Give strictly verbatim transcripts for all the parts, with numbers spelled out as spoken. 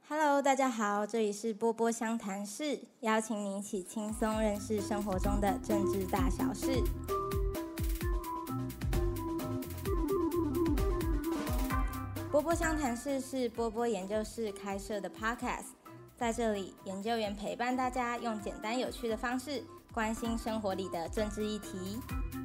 Hello， 大家好，这里是波波相谈室，邀请你一起轻松认识生活中的政治大小事。波波相谈室是波波研究室开设的 Podcast， 在这里，研究员陪伴大家用简单有趣的方式关心生活里的政治议题。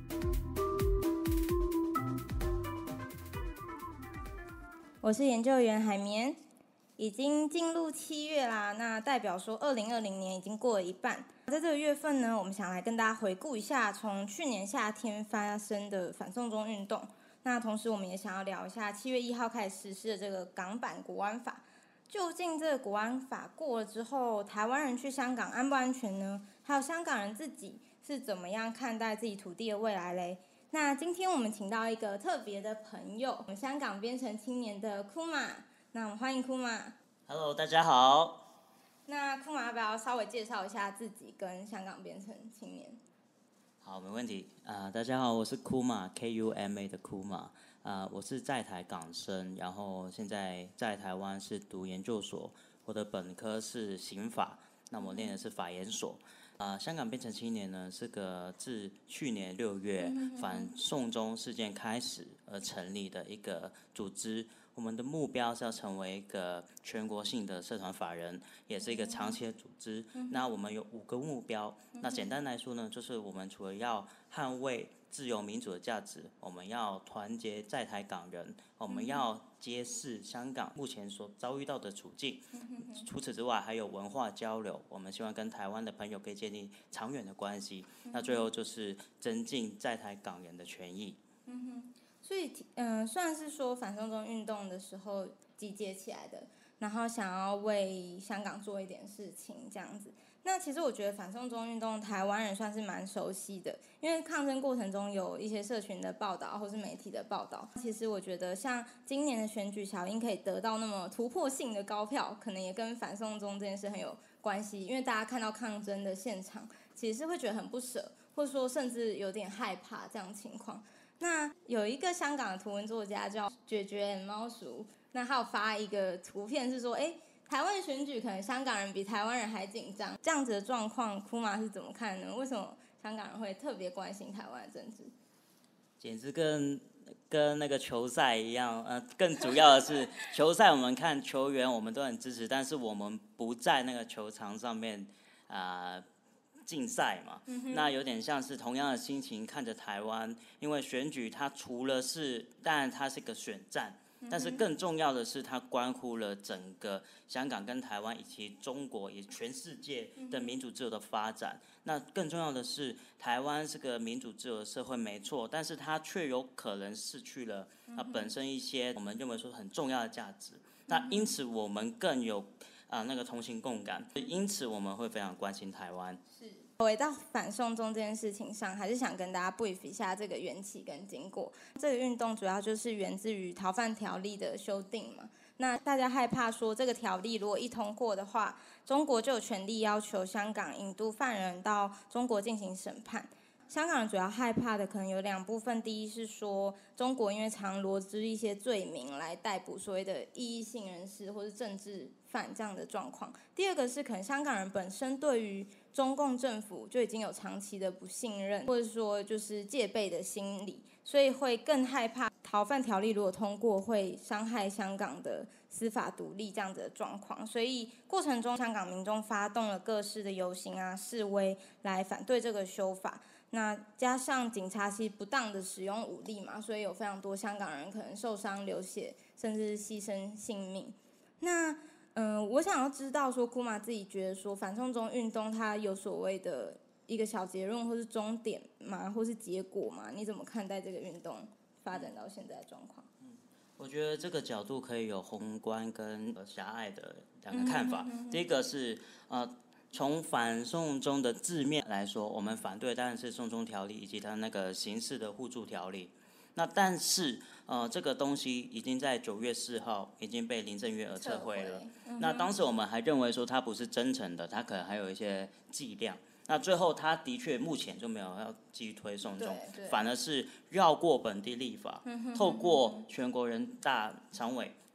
我是研究员海绵。已经进入七月啦，那代表说二零二零年已经过了一半。在这个月份呢，我们想来跟大家回顾一下从去年夏天发生的反送中运动。那同时我们也想要聊一下七月一号开始实施的这个港版国安法。究竟这个国安法过了之后，台湾人去香港安不安全呢？还有香港人自己是怎么样看待自己土地的未来嘞？那今天我们请到一个特别的朋友，我们香港编程青年的库玛。那我们欢迎库玛。 Hello， 大家好。 那库玛要不要稍微介绍一下自己跟香港编程青年？ 好，没问题。啊、呃，大家好，我是库玛 K U M A 的库玛。啊、呃，我是在台港生，然后现在在台湾是读研究所，我的本科是刑法，那我念的是法研所。啊、呃，香港编程青年呢是个自去年六月反送中事件开始而成立的一个组织。我们的目标是要成为一个全国性的社团法人，也是一个长期的组织。那我们有五个目标。那简单来说呢，就是我们除了要捍卫自由民主的价值，我们要团结在台港人，我们要揭示香港目前所遭遇到的处境。除此之外，还有文化交流，我们希望跟台湾的朋友可以建立长远的关系。那最后就是增进在台港人的权益。 嗯哼，所以嗯、呃，算是说反送中运动的时候集结起来的，然后想要为香港做一点事情这样子。那其实我觉得反送中运动台湾人算是蛮熟悉的，因为抗争过程中有一些社群的报道或是媒体的报道。其实我觉得像今年的选举，小英可以得到那么突破性的高票，可能也跟反送中这件事很有关系，因为大家看到抗争的现场，其实是会觉得很不舍，或者说甚至有点害怕这样的情况。那有一个香港的图文作家叫绝绝猫叔，那他有发一个图片是说，哎，台湾选举可能香港人比台湾人还紧张，这样子的状况，库玛是怎么看呢？为什么香港人会特别关心台湾的政治？ 简直跟跟那个球赛一样，呃，更主要的是球赛我们看球员我们都很支持，但是我们不在那个球场上面啊。呃竞赛嘛，嗯、那有点像是同样的心情看着台湾，因为选举它除了是，当然它是一个选战，但是更重要的是它关乎了整个香港跟台湾以及中国以及全世界的民主自由的发展。那更重要的是，台湾是个民主自由的社会没错，但是它却有可能失去了啊本身一些我们认为说很重要的价值。那因此我们更有啊、呃、那个同情共感，因此我们会非常关心台湾。 是。回到反送中这件事情上，还是想跟大家 brief 一下这个缘起跟经过。这个运动主要就是源自于逃犯条例的修订嘛。那大家害怕说这个条例如果一通过的话，中国就有权利要求香港引渡犯人到中国进行审判。香港人主要害怕的可能有两部分，第一是说中国因为常罗织一些罪名来逮捕所谓的异议性人士或是政治犯这样的状况，第二个是可能香港人本身对于中共政府就已经有长期的不信任，或者说就是戒备的心理，所以会更害怕逃犯条例如果通过会伤害香港的司法独立这样子的状况，所以过程中香港民众发动了各式的游行啊示威来反对这个修法。那加上警察其实不当的使用武力嘛，所以有非常多香港人可能受伤流血，甚至牺牲性命。那嗯、呃，我想要知道说，库玛自己觉得说反送中运动它有所谓的一个小结论或是终点吗，或是结果吗？你怎么看待这个运动发展到现在的状况？ 嗯，我觉得这个角度可以有宏观跟狭隘的两个看法。嗯、哼哼哼第一个是呃。从反送中的字面来说，我们反对当然是送中条例以及它那个刑事的互助条例。那但是呃，这个东西已经在九月四号已经被林郑月娥撤回了。嗯、那当时我们还认为说它不是真诚的，它可能还有一些伎俩。那最后他的确目前就没有要继续推送中，反而是绕过本地立法，透过全国人大常委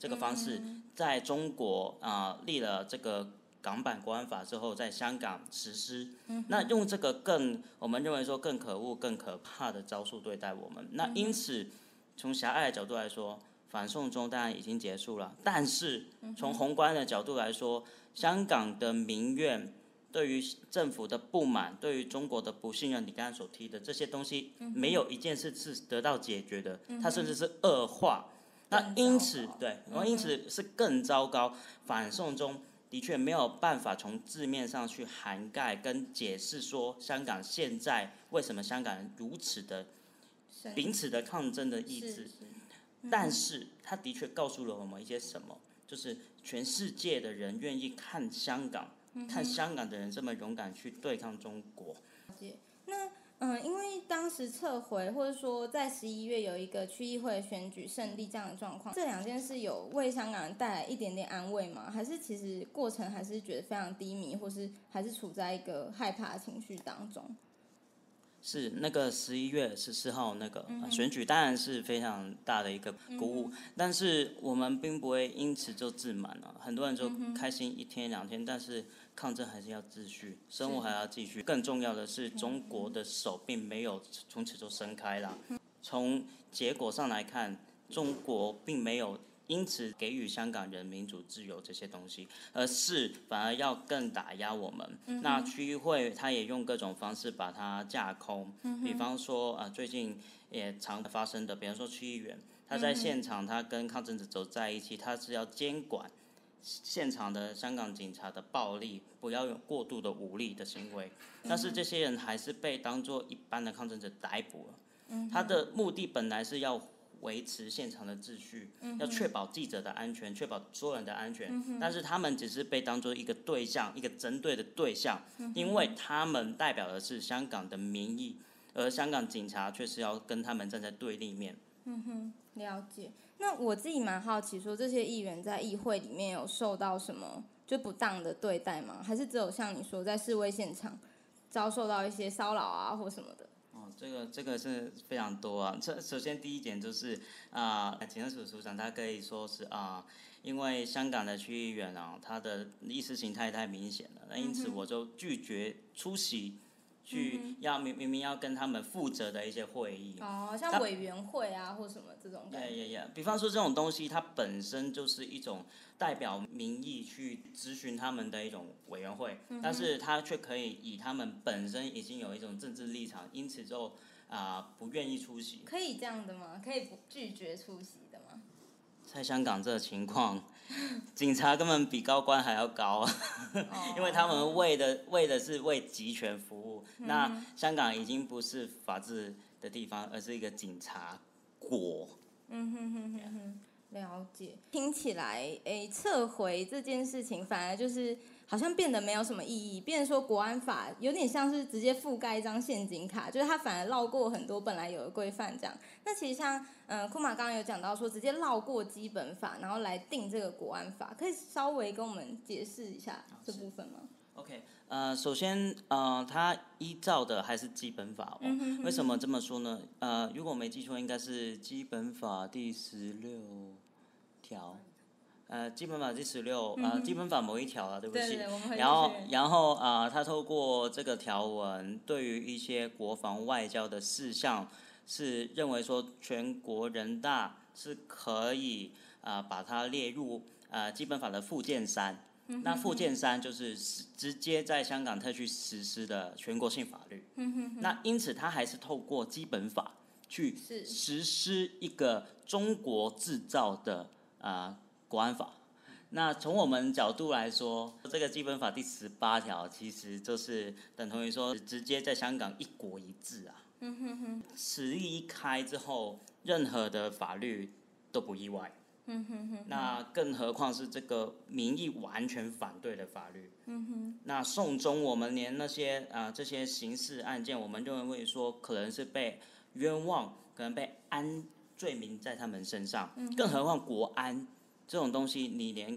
这个方式，在中国啊、呃、立了这个港版国安法之后，在香港实施。那用这个更我们认为说更可恶、更可怕的招数对待我们。那因此，从狭隘的角度来说，反送中当然已经结束了，但是从宏观的角度来说，香港的民怨，对于政府的不满，对于中国的不信任，你刚才所提的这些东西，没有一件事是得到解决的，它甚至是恶化。那因此，对，然后因此是更糟糕。反送中的确没有办法从字面上去涵盖跟解释说香港现在为什么香港人如此的秉持的抗争的意志，但是它的确告诉了我们一些什么，就是全世界的人愿意看香港。看香港的人这么勇敢去对抗中国。 那嗯，因为当时撤回，或者说在十一月有一个区议会选举胜利这样的状况，这两件事有为香港人带来一点点安慰吗？还是其实过程还是觉得非常低迷，或是还是处在一个害怕的情绪当中？ 是那个十一月十四号那个、呃、选举，当然是非常大的一个鼓舞，嗯、但是我们并不会因此就自满了。很多人就开心一天两天，但是抗争还是要继续，生活还要继续。更重要的是，中国的手并没有从此就伸开了。从结果上来看，中国并没有因此给予香港人民主自由这些东西，而是反而要更打压我们。嗯、那区议会他也用各种方式把它架空，嗯、比方说呃最近也常发生的，比方说区议员他在现场他跟抗争者走在一起，他是要监管现场的香港警察的暴力，不要有过度的武力的行为，但是这些人还是被当作一般的抗争者逮捕了。嗯、他的目的本来是要维持现场的秩序，嗯、要确保记者的安全，确保所有人的安全，嗯、但是他们只是被当作一个对象，一个针对的对象，嗯、因为他们代表的是香港的民意，而香港警察却是要跟他们站在对立面。 嗯哼，了解。那我自己蛮好奇，说这些议员在议会里面有受到什么就不当的对待吗？还是只有像你说在示威现场遭受到一些骚扰啊或什么的？ 哦，这个这个是非常多啊。这首先第一点就是啊，警政署署长他可以说是啊、呃，因为香港的区议员啊，他的意识形态太明显了，那因此我就拒绝出席。去要明明明要跟他们负责的一些会议， 哦，像委员会啊或什么这种。 对对对，比方说这种东西，它本身就是一种代表民意去咨询他们的一种委员会，嗯、但是他却可以以他们本身已经有一种政治立场，因此就啊、呃、不愿意出席。 可以这样的吗？可以不拒绝出席的吗？ 在香港这个情况，警察根本比高官还要高，因为他们为的为的是为集权服务。嗯、那香港已经不是法治的地方，而是一个警察国。 嗯哼哼哼哼，了解。听起来，诶，撤回这件事情反而就是好像变得没有什么意义，变成说国安法有点像是直接覆盖一张陷阱卡，就是它反而绕过很多本来有的规范这样。那其实像嗯，库马刚刚有讲到说直接绕过基本法，然后来定这个国安法，可以稍微跟我们解释一下这部分吗？ OK， 呃，首先，呃，它依照的还是基本法哦。嗯、哼哼为什么这么说呢？呃，如果我没记错，应该是基本法第十六条。呃，基本法第十六，呃，基本法某一条啊，对不起。 对对对，我们会然后，然后啊、呃，他透过这个条文，对于一些国防外交的事项，是认为说全国人大是可以啊、呃、把它列入呃基本法的附件三。嗯、那附件三就是直接在香港特区实施的全国性法律。嗯、那因此，它还是透过基本法去实施一个中国制造的啊。呃国安法，那从我们角度来说，这个基本法第十八条其实就是等同于说直接在香港一国一制啊。嗯哼哼。此例一开之后，任何的法律都不意外。嗯哼哼。那更何况是这个民意完全反对的法律。嗯哼。那送中我们连那些啊、呃、这些刑事案件，我们认为说可能是被冤枉，可能被安罪名在他们身上。嗯、更何况国安。这种东西你连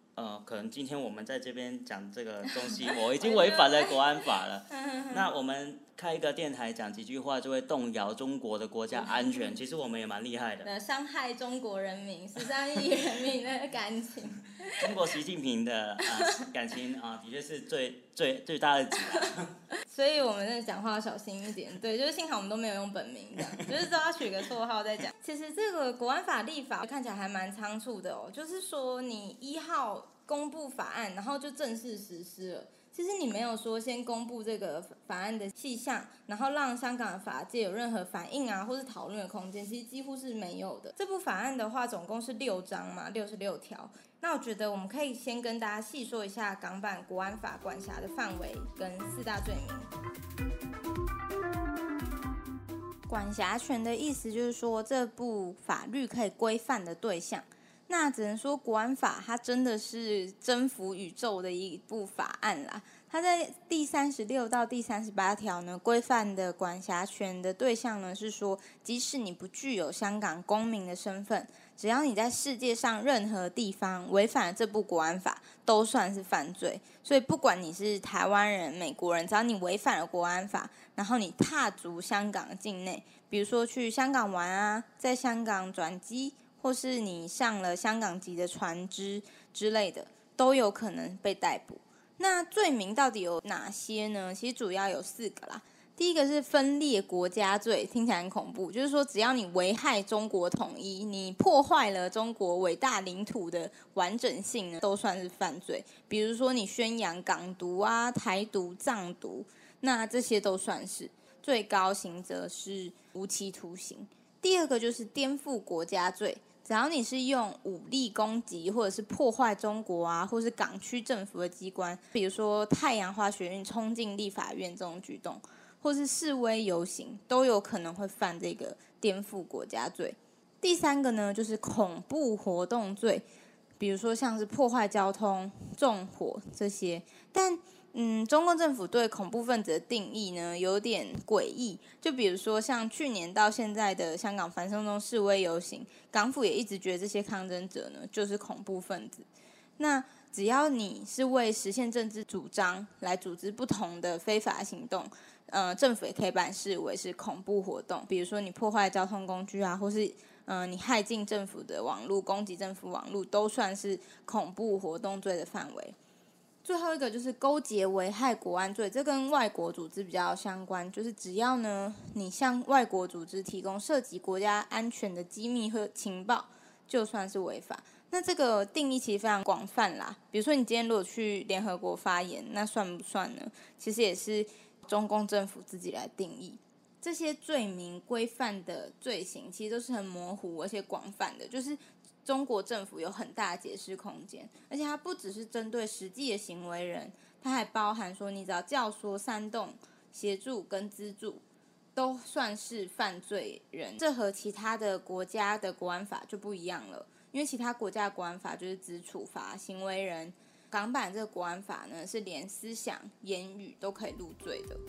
呃，可能今天我们在这边讲这个东西，我已经违反了国安法了。那我们开一个电台讲几句话，就会动摇中国的国家安全。其实我们也蛮厉害的。 伤害中国人民十三亿人民的感情。 中国习近平的啊、呃、感情啊、呃，的确是最最最大的值啊。 所以我们真的讲话要小心一点，对，就是幸好我们都没有用本名这样，就是都要取个绰号再讲。其实这个国安法立法看起来还蛮仓促的哦，就是说你一号公布法案，然后就正式实施了。其实你没有说先公布这个法案的细项，然后让香港的法界有任何反应啊，或是讨论的空间，其实几乎是没有的。这部法案的话，总共是六章嘛，六十六条。那我觉得我们可以先跟大家细说一下港版国安法管辖的范围跟四大罪名。管辖权的意思就是说，这部法律可以规范的对象。那只能说国安法它真的是征服宇宙的一部法案啦。它在第三十六到第三十八条呢，规范的管辖权的对象呢是说，即使你不具有香港公民的身份，只要你在世界上任何地方违反了这部国安法，都算是犯罪。所以不管你是台湾人、美国人，只要你违反了国安法，然后你踏足香港境内，比如说去香港玩啊，在香港转机，或是你上了香港籍的船只之类的，都有可能被逮捕。那罪名到底有哪些呢？其实主要有四个啦。第一个是分裂国家罪，听起来很恐怖，就是说只要你危害中国统一，你破坏了中国伟大领土的完整性呢，都算是犯罪。比如说你宣扬港独啊、台独、藏独，那这些都算是。最高刑责是无期徒刑。第二个就是颠覆国家罪，只要你是用武力攻击或者是破坏中国啊，或是港区政府的机关，比如说太阳花学运冲进立法院这种举动，或是示威游行，都有可能会犯这个颠覆国家罪。第三个呢，就是恐怖活动罪，比如说像是破坏交通、纵火这些，但嗯，中共政府对恐怖分子的定义呢有点诡异，就比如说像去年到现在的香港反送中示威游行，港府也一直觉得这些抗争者呢就是恐怖分子。那只要你是为实现政治主张来组织不同的非法行动，呃，政府也可以把你视为是恐怖活动，比如说你破坏交通工具啊，或是呃你害进政府的网路、攻击政府网路，都算是恐怖活动罪的范围。最后一个就是勾结危害国安罪，这跟外国组织比较相关，就是只要呢你向外国组织提供涉及国家安全的机密和情报，就算是违法。那这个定义其实非常广泛啦，比如说你今天如果去联合国发言，那算不算呢？其实也是中共政府自己来定义。这些罪名规范的罪行其实都是很模糊而且广泛的，就是中国政府有很大的解释空间，而且它不只是针对实际的行为人，它还包含说你只要教唆、煽动、协助跟资助，都算是犯罪人。这和其他的国家的国安法就不一样了，因为其他国家的国安法就是只处罚行为人，港版这个国安法呢是连思想、言语都可以入罪的。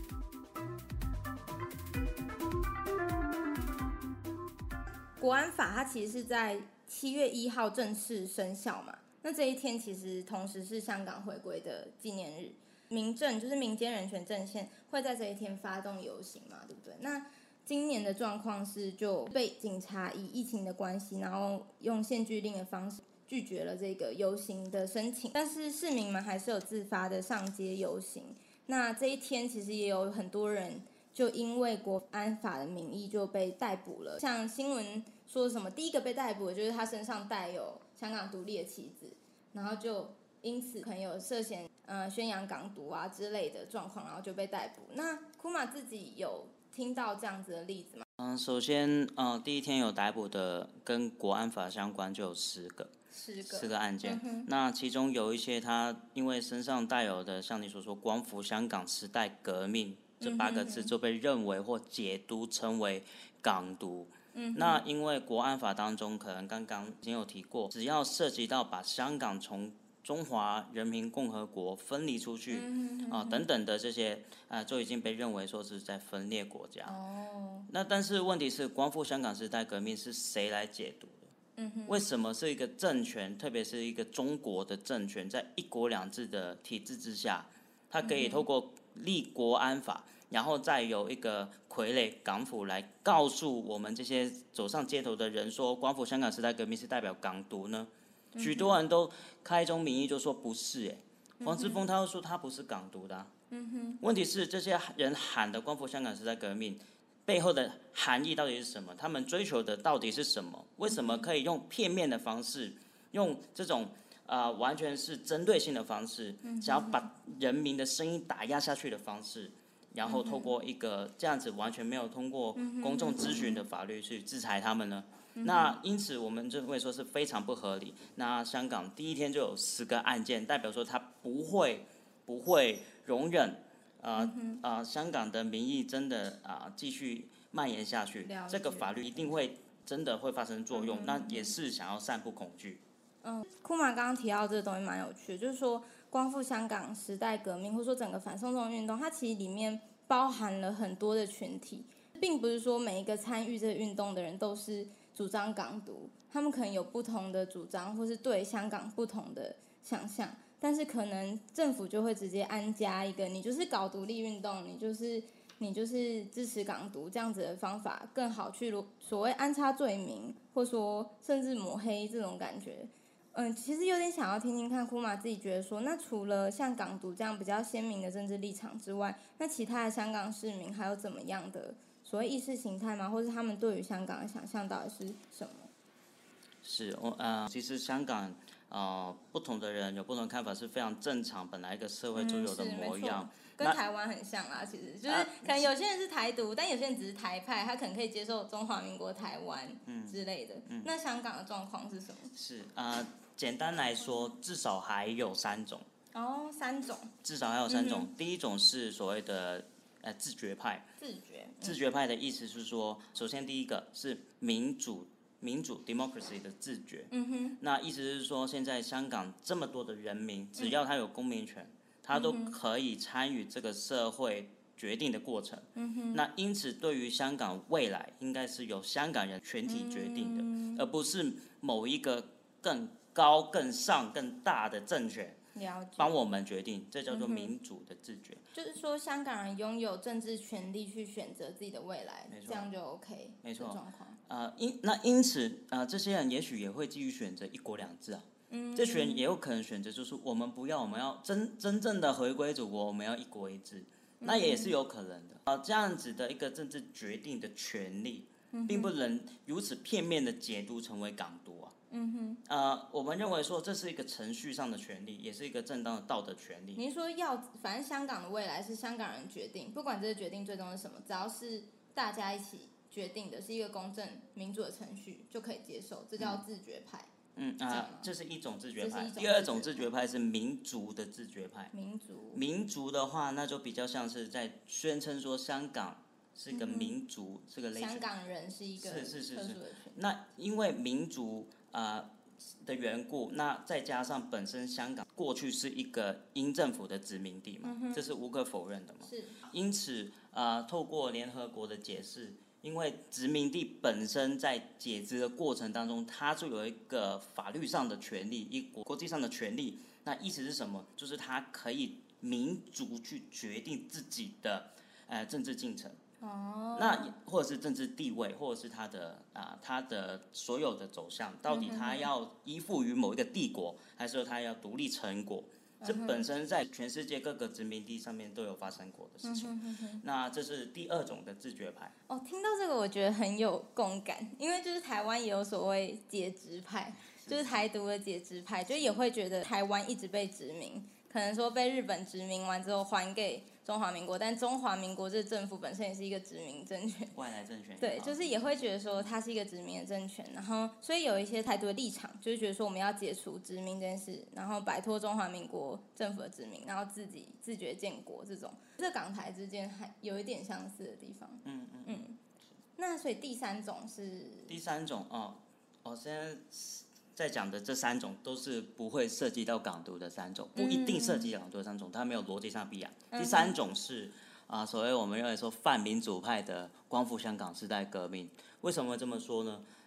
国安法它其实是在七月一号正式生效嘛，那这一天其实同时是香港回归的纪念日，民政就是民间人权阵线会在这一天发动游行嘛，对不对？那今年的状况是就被警察以疫情的关系，然后用限聚令的方式拒绝了这个游行的申请，但是市民们还是有自发的上街游行。那这一天其实也有很多人就因为国安法的名义就被逮捕了，像新闻说什么第一个被逮捕的就是他身上带有香港独立的旗子，然后就因此可能有涉嫌呃宣扬港独啊之类的状况，然后就被逮捕。那库玛自己有听到这样子的例子吗？ 嗯，首先呃第一天有逮捕的跟国安法相关就有十个。 十个四个案件、 嗯， 那其中有一些他因为身上带有的像你所说光复香港时代革命这八个字就被认为或解读成为港独、嗯、那因为国安法当中可能刚刚已经有提过，只要涉及到把香港从中华人民共和国分离出去、嗯呃、等等的这些、呃、就已经被认为说是在分裂国家、哦、那但是问题是光复香港时代革命是谁来解读的？ 嗯哼， 为什么是一个政权，特别是一个中国的政权，在一国两制的体制之下，它可以透过立国安法，然后再有一个傀儡港府来告诉我们这些走上街头的人说，光复香港时代革命是代表港独呢？嗯、许多人都开宗明义就说不是，哎，黄之锋他又说他不是港独的、啊。嗯哼，问题是这些人喊的光复香港时代革命背后的含义到底是什么？他们追求的到底是什么？为什么可以用片面的方式，用这种呃完全是针对性的方式，想要把人民的声音打压下去的方式，然后透过一个这样子完全没有通过公众咨询的法律去制裁他们呢？那因此我们认为说是非常不合理。那香港第一天就有十个案件，代表说他不会不会容忍。呃呃，香港的民意真的啊、呃、继续蔓延下去，这个法律一定会真的会发生作用，嗯、那也是想要散布恐惧。 嗯，库马刚刚提到这个东西蛮有趣的，就是说光复香港时代革命，或者说整个反送中运动，它其实里面包含了很多的群体，并不是说每一个参与这个运动的人都是主张港独，他们可能有不同的主张，或是对香港不同的想象。但是可能政府就会直接安加一个，你就是搞独立运动，你就是你就是支持港独这样子的方法，更好去所谓安插罪名，或说甚至抹黑这种感觉。嗯，其实有点想要听听看库玛自己觉得说，那除了像港独这样比较鲜明的政治立场之外，那其他的香港市民还有怎么样的所谓意识形态吗？或是他们对于香港的想象到底是什么？ 是，我呃，其实香港。呃，不同的人有不同的看法是非常正常，本来一个社会就有的模样。 嗯、跟台湾很像啦，其实就是可能有些人是台独，但有些人只是台派，他可能可以接受中华民国台湾之类的。嗯嗯、那香港的状况是什么？ 是呃，简单来说，至少还有三种。 哦，三种。 至少还有三种。 嗯、 第一种是所谓的呃自觉派。 自觉。嗯、 自觉派的意思是说，首先第一个是民主。民主 democracy 的自觉， 嗯哼， 那意思是说，现在香港这么多的人民，只要他有公民权，嗯、他都可以参与这个社会决定的过程。 嗯哼， 那因此，对于香港未来，应该是由香港人全体决定的， 嗯、 而不是某一个更高、更上、更大的政权帮我们决定，这叫做民主的自觉。 嗯、就是说，香港人拥有政治权利去选择自己的未来，这样就 OK。 没错。 状况。 呃，因那因此，呃，这些人也许也会继续选择一国两制啊。 嗯。 这群人也有可能选择，就是我们不要，我们要真真正的回归祖国，我们要一国一制，那也是有可能的。啊、呃，这样子的一个政治决定的权利，并不能如此片面的解读成为港独啊。 嗯哼。 呃，我们认为说这是一个程序上的权利，也是一个正当的道德权利。 您说要，反正香港的未来是香港人决定，不管这个决定最终是什么，只要是大家一起决定的，是一个公正民主的程序，就可以接受，这叫自觉派。 嗯啊、呃，这是一种自觉派。 自觉派第二种自觉派是民族的自觉派。 民族。 民族的话，那就比较像是在宣称说香港是一个民族， 嗯、 是个类型。 香港人是一个特殊的是是是是。 群那因为民族呃的缘故，那再加上本身香港过去是一个英政府的殖民地嘛， 嗯、 这是无可否认的嘛。 是。 因此呃，透过联合国的解释。因为殖民地本身在解职的过程当中，它就有一个法律上的权利，一国国际上的权利。那意思是什么？就是它可以民族去决定自己的呃政治进程。 哦。 那或者是政治地位，或者是它的啊、呃、它的所有的走向，到底它要依附于某一个帝国，还是说它要独立成国？这本身在全世界各个殖民地上面都有发生过的事情。 嗯、哼哼哼那这是第二种的自觉派。 哦，听到这个我觉得很有共感，因为就是台湾也有所谓解殖派，就是台独的解殖派，就也会觉得台湾一直被殖民，可能说被日本殖民完之后还给中华民国，但中华民国这个政府本身也是一个殖民政权， 外来政权。 对，就是也会觉得说它是一个殖民的政权，然后所以有一些台独的立场，就是觉得说我们要解除殖民这件事，然后摆脱中华民国政府的殖民，然后自己自觉建国这种，这港台之间还有一点相似的地方。 嗯嗯嗯。那所以第三种是？第三种哦，我现在在讲的这三种都是不会涉及到港独的三种，不一定涉及港独的三种，它没有逻辑上的必然。 嗯、 第三种是啊、呃，所谓我们认为说泛民主派的光复香港时代革命。为什么会这么说呢？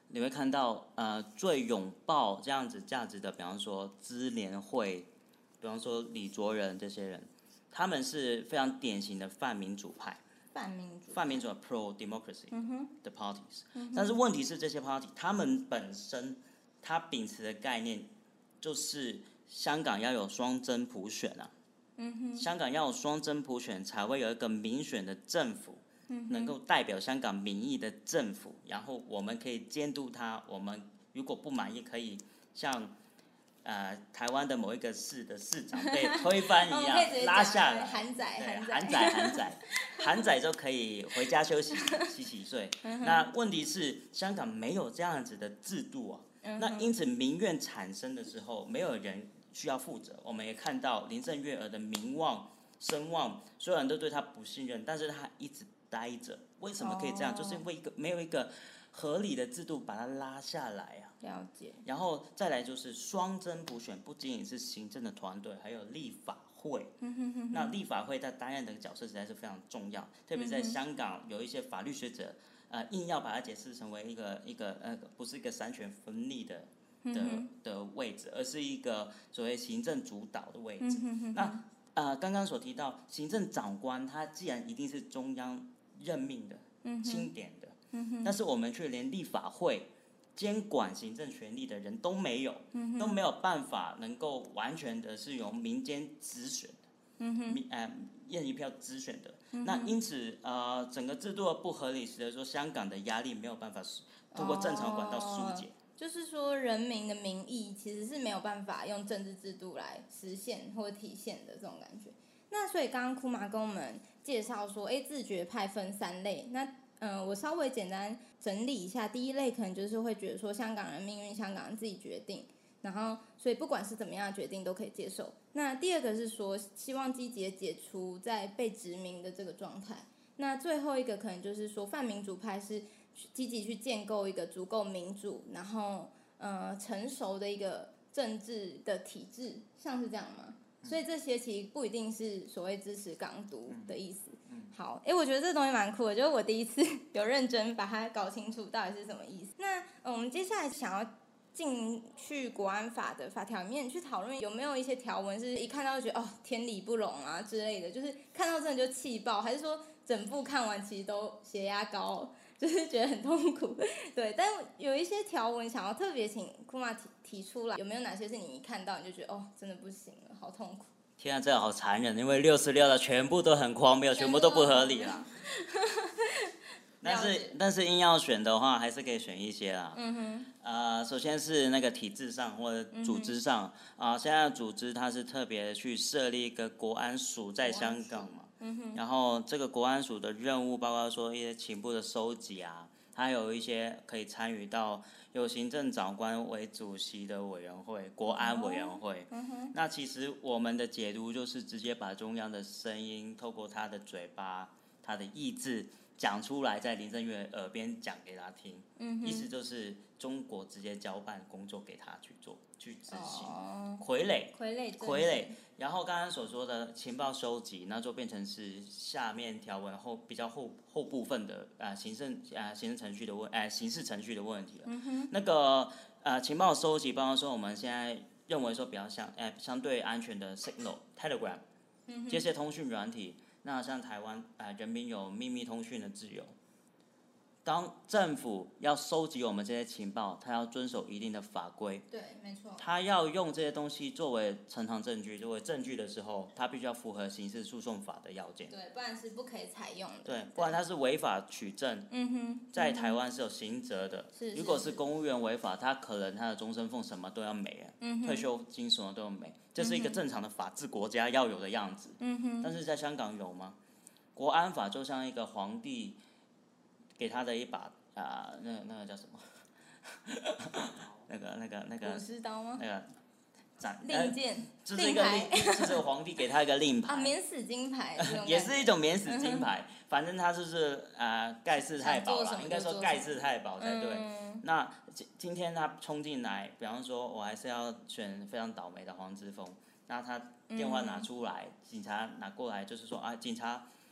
你会看到呃最拥抱这样子价值的，比方说支联会，比方说李卓人这些人，他们是非常典型的泛民主派。 泛民主， 泛民主 pro democracy 嗯的 parties，、嗯、但是问题是这些 party 他们本身他秉持的概念就是香港要有双真普选啊， 嗯、 香港要有双真普选才会有一个民选的政府， 嗯、 能够代表香港民意的政府，然后我们可以监督他，我们如果不满意可以像。呃，台湾的某一个市的市长被推翻一样，拉下来， 韩仔， 韩仔， 仔，韩仔，韩仔就可以回家休息，洗洗睡。那问题是，香港没有这样子的制度啊， 嗯、 那因此民怨产生的时候，没有人需要负责。我们也看到林郑月娥的名望、声望，所有人都对他不信任，但是他一直待着。为什么可以这样？哦、就是因为一个没有一个合理的制度把它拉下来啊。 了解。 然后再来就是双真普选，不仅仅是行政的团队，还有立法会。 嗯、哼哼哼那立法会在担任的角色实在是非常重要，特别在香港有一些法律学者，呃，硬要把它解释成为一个一个呃，不是一个三权分立的的的位置，而是一个所谓行政主导的位置。 嗯、哼哼哼那呃，刚刚所提到行政长官，他既然一定是中央任命的、 嗯、 钦点的， 嗯、 但是我们却连立法会。监管行政权力的人都没有， 嗯、 都没有办法能够完全的是由民间直选的， 嗯、 民呃任一票直选的。 嗯、 那因此呃整个制度的不合理，使得说香港的压力没有办法通过正常管道疏解。 哦、就是说人民的民意其实是没有办法用政治制度来实现或体现的这种感觉。那所以刚刚库玛跟我们介绍说，哎，自觉派分三类，那嗯、呃，我稍微简单整理一下，第一类可能就是会觉得说香港人命运香港人自己决定，然后所以不管是怎么样的决定都可以接受。那第二个是说希望积极解除在被殖民的这个状态。那最后一个可能就是说泛民主派是积极去建构一个足够民主，然后呃成熟的一个政治的体制，像是这样吗？所以这些其实不一定是所谓支持港独的意思。好，哎，我觉得这东西蛮酷的，就是我第一次有认真把它搞清楚到底是什么意思。那我们接下来想要进去国安法的法条里面去讨论，有没有一些条文是一看到就觉得哦天理不容啊之类的，就是看到真的就气爆，还是说整部看完其实都血压高，就是觉得很痛苦。对，但有一些条文想要特别请库玛提提出来，有没有哪些是你一看到你就觉得哦真的不行了，好痛苦？ 天啊，这个好残忍，因为六十六的全部都很荒谬，全部都不合理啦。但是但是硬要选的话，还是可以选一些啦。 嗯哼。 呃，首先是那个体制上或者组织上啊、嗯呃，现在的组织它是特别去设立一个国安署在香港嘛。 嗯哼。 然后这个国安署的任务包括说一些情报的收集啊，它有一些可以参与到由行政长官为主席的委员会，国安委员会。 嗯哼。 那其实我们的解读就是直接把中央的声音透过他的嘴巴、他的意志讲出来，在林郑月娥耳边讲给他听。 嗯哼。 意思就是中国直接交办工作给他去做、去执行。 哦。 傀儡。 傀儡。 傀儡。然后刚刚所说的情报收集，那就变成是下面条文后比较后后部分的呃行政呃行政程序的问呃刑事程序的问题了。 嗯哼。 那个呃情报收集，包括说我们现在认为说比较相呃相对安全的 Signal、Telegram 这些通讯软体，那像台湾呃人民有秘密通讯的自由。当政府要收集我们这些情报，他要遵守一定的法规。 对，没错。 他要用这些东西作为呈堂证据、作为证据的时候，他必须要符合刑事诉讼法的要件。 对，不然是不可以采用的。 对，不然他是违法取证。 嗯哼。 在台湾是有刑责的。 是。 如果是公务员违法，他可能他的终身俸什么都要没了， 嗯、 退休金什么都要没，这是一个正常的法治国家要有的样子。 嗯哼。 但是在香港有吗？国安法就像一个皇帝给他的一把。啊、呃，那个那个叫什么？那个那个那个。 武士刀吗？ 那个斩。 令箭。 就是一个令，就是皇帝给他一个令牌。 啊，免死金牌。 也是一种免死金牌，嗯、反正他就是呃盖世太保了，应该说盖世太保才对。 嗯、 那今今天他冲进来，比方说我还是要选非常倒霉的黄之锋，那他电话拿出来， 嗯、 警察拿过来就是说啊，警察。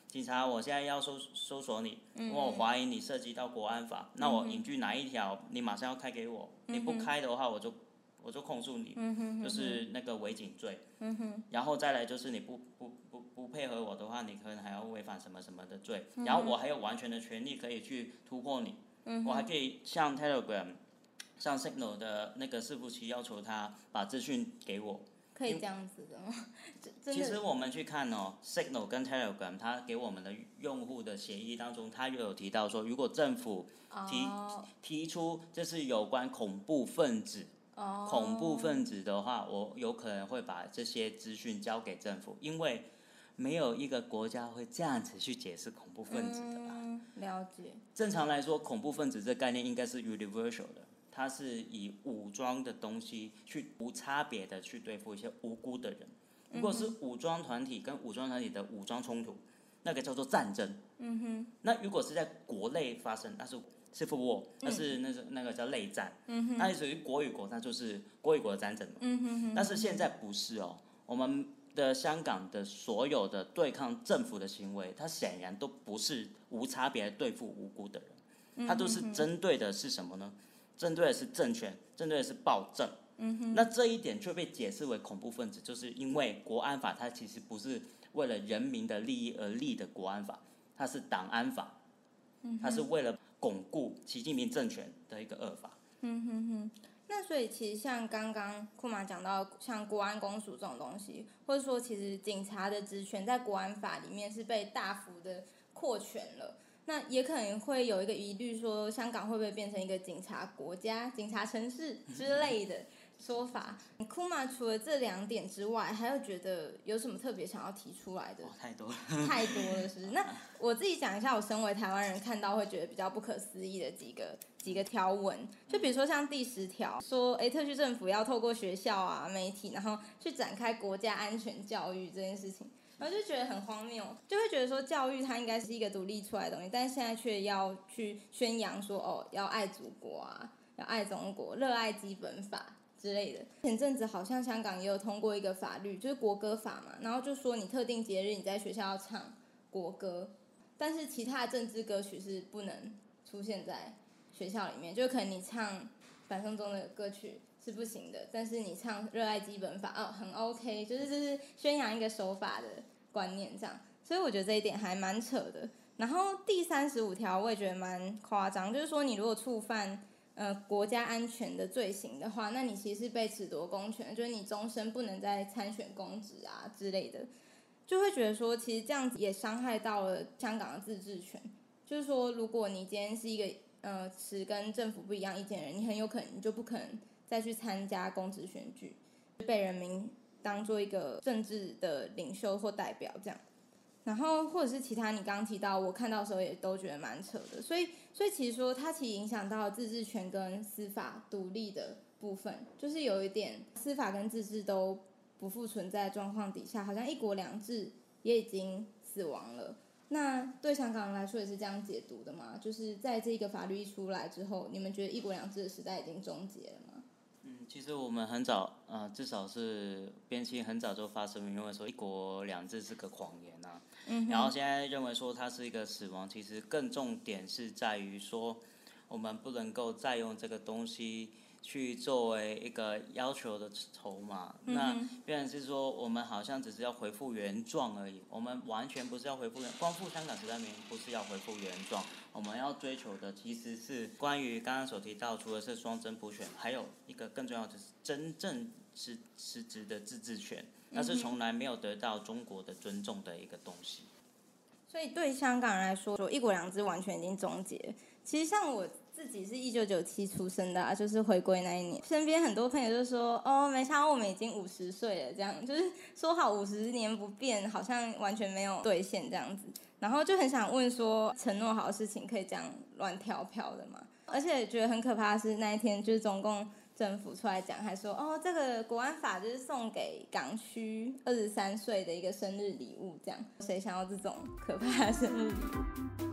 警察，我现在要搜搜索你，因为我怀疑你涉及到国安法，嗯、那我引据哪一条，你马上要开给我，嗯、你不开的话，我就我就控诉你，嗯、就是那个违警罪，嗯、然后再来就是你不不不不配合我的话，你可能还要违反什么什么的罪，嗯、然后我还有完全的权利可以去突破你，嗯、我还可以向 Telegram、向 Signal 的那个伺服器要求他把资讯给我。 可以这样子的吗？ 其实我们去看哦 ，Signal 跟 Telegram， 它给我们的用户的协议当中，它就有提到说，如果政府提、oh. 提出这是有关恐怖分子， oh. 恐怖分子的话，我有可能会把这些资讯交给政府，因为没有一个国家会这样子去解释恐怖分子的吧？ 嗯，了解。 正常来说，恐怖分子这概念应该是 universal 的。它是以武装的东西去无差别的去对付一些无辜的人。如果是武装团体跟武装团体的武装冲突，那个叫做战争。嗯哼。那如果是在国内发生，那是 civil war， 那是那是那个叫内战。嗯哼。那属于国与国，那就是国与国的战争嘛。嗯哼哼。但是现在不是哦，我们的香港的所有的对抗政府的行为，它显然都不是无差别的对付无辜的人，它都是针对的是什么呢？针对的是政权，针对的是暴政。嗯、那这一点却被解释为恐怖分子，就是因为国安法它其实不是为了人民的利益而立的国安法，它是党安法，它是为了巩固习近平政权的一个恶法。 嗯哼哼。那所以其实像刚刚库玛讲到，像国安公署这种东西，或者说其实警察的职权在国安法里面是被大幅的扩权了。那也可能会有一个疑虑，说香港会不会变成一个警察国家、警察城市之类的说法？库玛除了这两点之外，还有觉得有什么特别想要提出来的？ 哦、太多了， 太多了，是不是？那我自己讲一下，我身为台湾人看到会觉得比较不可思议的几个几个条文，就比如说像第十条说，哎，特区政府要透过学校啊、媒体，然后去展开国家安全教育这件事情。我就觉得很荒谬，就会觉得说教育它应该是一个独立出来的东西，但是现在却要去宣扬说哦要爱祖国啊，要爱中国，热爱基本法之类的。前阵子好像香港也有通过一个法律，就是国歌法嘛，然后就说你特定节日你在学校要唱国歌，但是其他的政治歌曲是不能出现在学校里面，就可能你唱反送中的歌曲是不行的，但是你唱热爱基本法哦很 OK， 就是这是宣扬一个守法的观念这样，所以我觉得这一点还蛮扯的。然后第三十五条我也觉得蛮夸张，就是说你如果触犯呃国家安全的罪行的话，那你其实是被褫夺公权，就是你终身不能再参选公职啊之类的，就会觉得说其实这样子也伤害到了香港的自治权。就是说如果你今天是一个呃持跟政府不一样意见的人，你很有可能你就不可能再去参加公职选举，被人民当做一个政治的领袖或代表这样。然后或者是其他你刚刚提到，我看到的时候也都觉得蛮扯的。所以所以其实说它其实影响到自治权跟司法独立的部分，就是有一点司法跟自治都不复存在的状况底下，好像一国两制也已经死亡了。那对香港人来说也是这样解读的吗？就是在这个法律一出来之后，你们觉得一国两制的时代已经终结了吗？ 嗯，其实我们很早，呃，至少是边沁很早就发声明认为说一国两制是个谎言啊。嗯。然后现在认为说它是一个死亡，其实更重点是在于说，我们不能够再用这个东西去作为一个要求的筹码。嗯、那变成是说，我们好像只是要回复原状而已，我们完全不是要回复原，光复香港时代明明不是要回复原状。我们要追求的其实是关于刚刚所提到，除了是双真普选，还有一个更重要的是真正实实质的自治权，那是从来没有得到中国的尊重的一个东西。 所以对香港人来说，说一国两制完全已经终结。其实像我自己是一九九七出生的、啊，就是回归那一年，身边很多朋友就说，哦，没想到我们已经五十岁了，这样就是说好五十年不变，好像完全没有兑现这样子。然后就很想问说，承诺好的事情可以这样乱跳票的吗？而且觉得很可怕的是那一天就是中共政府出来讲，还说哦，这个国安法就是送给港区二十三岁的一个生日礼物，这样谁想要这种可怕的生日礼物？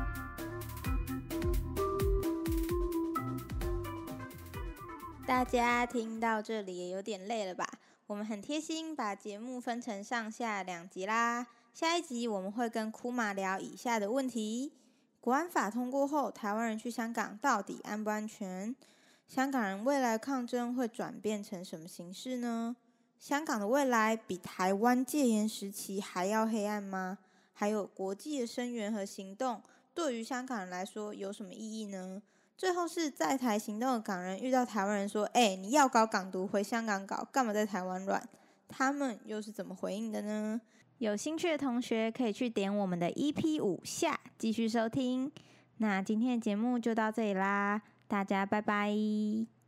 大家听到这里也有点累了吧？我们很贴心把节目分成上下两集啦。 下一集我们会跟库玛聊以下的问题：国安法通过后，台湾人去香港到底安不安全？香港人未来抗争会转变成什么形式呢？香港的未来比台湾戒严时期还要黑暗吗？还有国际的声援和行动，对于香港人来说有什么意义呢？最后是在台行动的港人遇到台湾人说：“哎、欸，你要搞港独，回香港搞，干嘛在台湾乱？”他们又是怎么回应的呢？有兴趣的同学可以去点我们的 E P 五下继续收听。那今天的节目就到这里啦，大家拜拜。